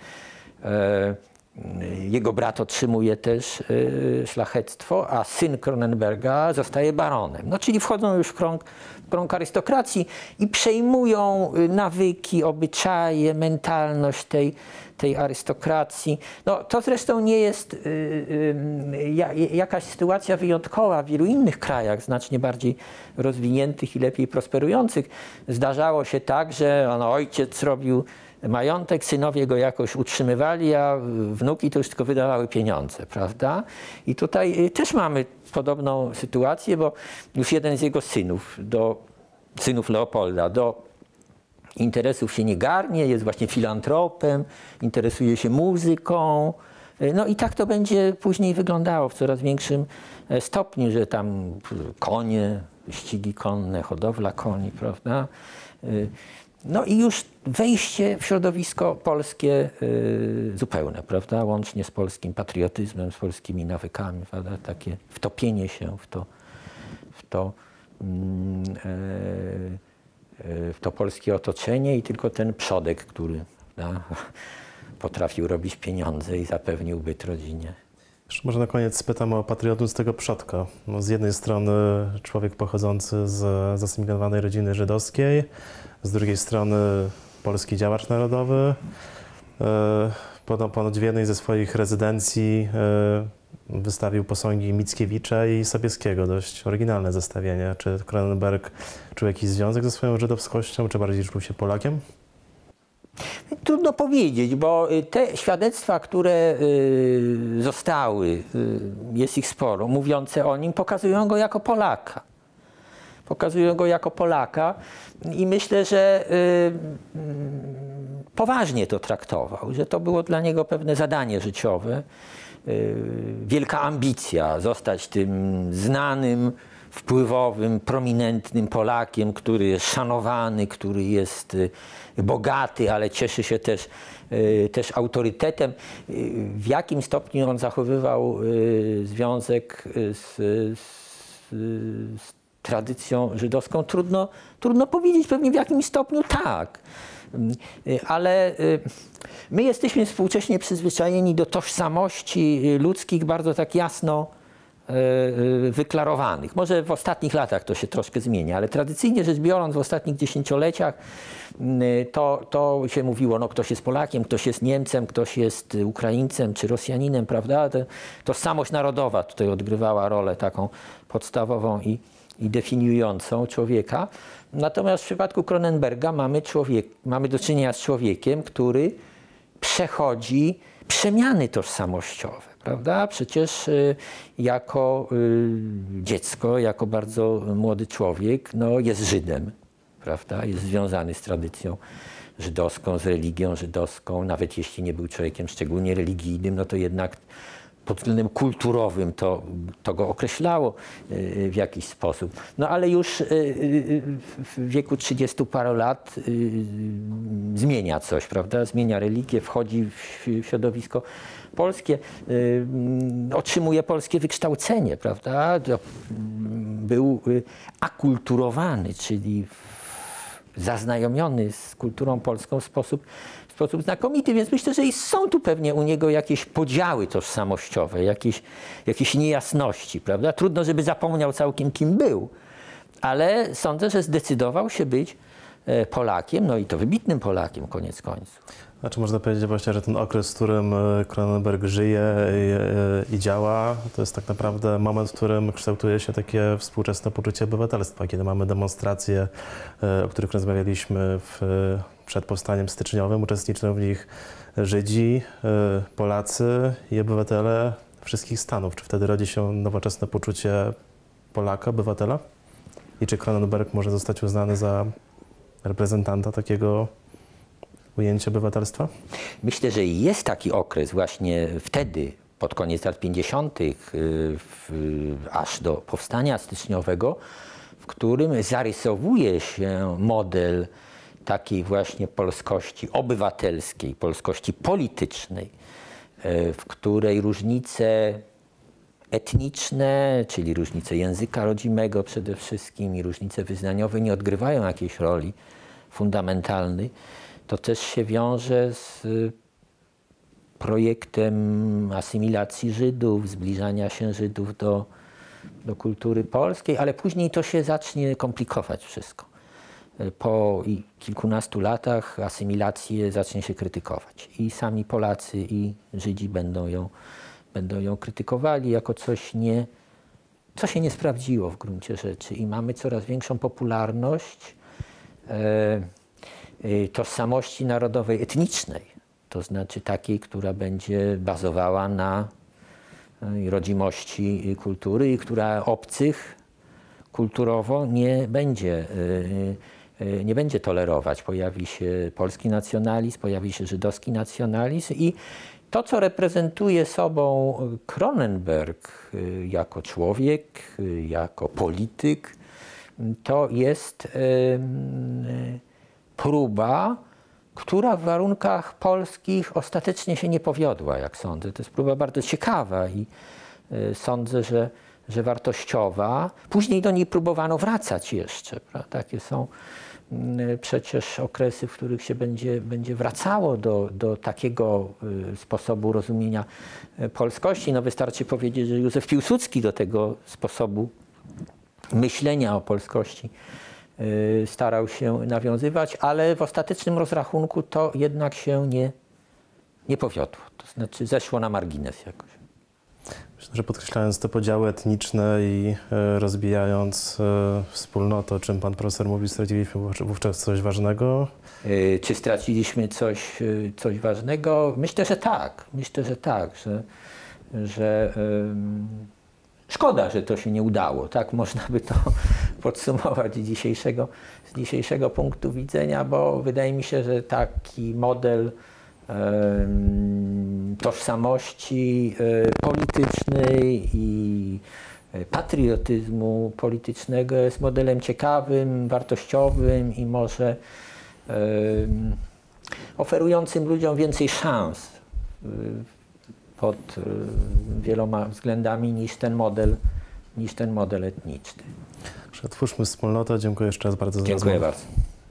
Jego brat otrzymuje też szlachectwo, a syn Cronenberga zostaje baronem. No, czyli wchodzą już w krąg arystokracji i przejmują nawyki, obyczaje, mentalność tej arystokracji. No, to zresztą nie jest jakaś sytuacja wyjątkowa w wielu innych krajach, znacznie bardziej rozwiniętych i lepiej prosperujących. Zdarzało się tak, że ojciec robił majątek, synowie go jakoś utrzymywali, a wnuki to już tylko wydawały pieniądze, prawda? I tutaj też mamy podobną sytuację, bo już jeden z jego synów Leopolda, do interesów się nie garnie, jest właśnie filantropem, interesuje się muzyką. No i tak to będzie później wyglądało w coraz większym stopniu, że tam konie, ścigi konne, hodowla koni, prawda? No i już wejście w środowisko polskie zupełne, prawda? Łącznie z polskim patriotyzmem, z polskimi nawykami, prawda? Takie wtopienie się w to polskie otoczenie i tylko ten przodek, który, prawda, potrafił robić pieniądze i zapewnił byt rodzinie. Może na koniec spytam o patriotyzm tego przodka. No, z jednej strony człowiek pochodzący z zasymilowanej rodziny żydowskiej, z drugiej strony polski działacz narodowy. Ponoć w jednej ze swoich rezydencji wystawił posągi Mickiewicza i Sobieskiego. Dość oryginalne zestawienie. Czy Cronenberg czuł jakiś związek ze swoją żydowskością, czy bardziej czuł się Polakiem? Trudno powiedzieć, bo te świadectwa, które zostały, jest ich sporo, mówiące o nim, pokazują go jako Polaka. Pokazują go jako Polaka i myślę, że poważnie to traktował, że to było dla niego pewne zadanie życiowe, wielka ambicja zostać tym znanym, wpływowym, prominentnym Polakiem, który jest szanowany, który jest bogaty, ale cieszy się też autorytetem. W jakim stopniu on zachowywał związek z tradycją żydowską? Trudno powiedzieć, pewnie w jakimś stopniu tak. Ale my jesteśmy współcześnie przyzwyczajeni do tożsamości ludzkich bardzo tak jasno wyklarowanych. Może w ostatnich latach to się troszkę zmienia, ale tradycyjnie rzecz biorąc w ostatnich dziesięcioleciach to się mówiło, no ktoś jest Polakiem, ktoś jest Niemcem, ktoś jest Ukraińcem czy Rosjaninem, prawda? Tożsamość narodowa tutaj odgrywała rolę taką podstawową i definiującą człowieka. Natomiast w przypadku Cronenberga mamy do czynienia z człowiekiem, który przechodzi przemiany tożsamościowe, prawda? Przecież jako dziecko, jako bardzo młody człowiek, no jest Żydem, prawda? Jest związany z tradycją żydowską, z religią żydowską, nawet jeśli nie był człowiekiem szczególnie religijnym, no to jednak pod względem kulturowym to go określało w jakiś sposób. No ale już w wieku 30 paru lat zmienia coś, prawda? Zmienia religię, wchodzi w środowisko polskie, otrzymuje polskie wykształcenie, prawda? Był akulturowany, czyli zaznajomiony z kulturą polską w sposób znakomity, więc myślę, że są tu pewnie u niego jakieś podziały tożsamościowe, jakieś niejasności, prawda? Trudno, żeby zapomniał całkiem, kim był, ale sądzę, że zdecydował się być Polakiem, no i to wybitnym Polakiem koniec końców. Znaczy można powiedzieć właśnie, że ten okres, w którym Cronenberg żyje i działa, to jest tak naprawdę moment, w którym kształtuje się takie współczesne poczucie obywatelstwa, kiedy mamy demonstracje, o których rozmawialiśmy przed powstaniem styczniowym. Uczestniczą w nich Żydzi, Polacy i obywatele wszystkich stanów. Czy wtedy rodzi się nowoczesne poczucie Polaka, obywatela? I czy Cronenberg może zostać uznany za reprezentanta takiego ujęcia obywatelstwa? Myślę, że jest taki okres właśnie wtedy, pod koniec lat 50., aż do powstania styczniowego, w którym zarysowuje się model takiej właśnie polskości obywatelskiej, polskości politycznej, w której różnice etniczne, czyli różnice języka rodzimego przede wszystkim i różnice wyznaniowe nie odgrywają jakiejś roli fundamentalnej. To też się wiąże z projektem asymilacji Żydów, zbliżania się Żydów do kultury polskiej, ale później to się zacznie komplikować wszystko. Po kilkunastu latach asymilację zacznie się krytykować. I sami Polacy, i Żydzi będą ją krytykowali jako coś, co się nie sprawdziło w gruncie rzeczy. I mamy coraz większą popularność tożsamości narodowej etnicznej, to znaczy takiej, która będzie bazowała na rodzimości kultury i która obcych kulturowo nie będzie tolerować. Pojawi się polski nacjonalizm, pojawi się żydowski nacjonalizm i to, co reprezentuje sobą Cronenberg jako człowiek, jako polityk, to jest próba, która w warunkach polskich ostatecznie się nie powiodła, jak sądzę. To jest próba bardzo ciekawa i sądzę, że wartościowa. Później do niej próbowano wracać jeszcze. Prawda? Takie są przecież okresy, w których się będzie wracało do takiego sposobu rozumienia polskości. No wystarczy powiedzieć, że Józef Piłsudski do tego sposobu myślenia o polskości starał się nawiązywać, ale w ostatecznym rozrachunku to jednak się nie powiodło. To znaczy zeszło na margines jakoś. Myślę, że podkreślając te podziały etniczne i rozbijając wspólnotę, o czym pan profesor mówi, straciliśmy wówczas coś ważnego? Czy straciliśmy coś ważnego? Myślę, że tak. Myślę, że tak, że szkoda, że to się nie udało. Tak można by to podsumować z dzisiejszego punktu widzenia, bo wydaje mi się, że taki model tożsamości politycznej i patriotyzmu politycznego jest modelem ciekawym, wartościowym i może oferującym ludziom więcej szans pod wieloma względami niż ten model etniczny. Dobrze, twórzmy wspólnotę. Dziękuję jeszcze raz bardzo za Dziękuję rozmowę. bardzo.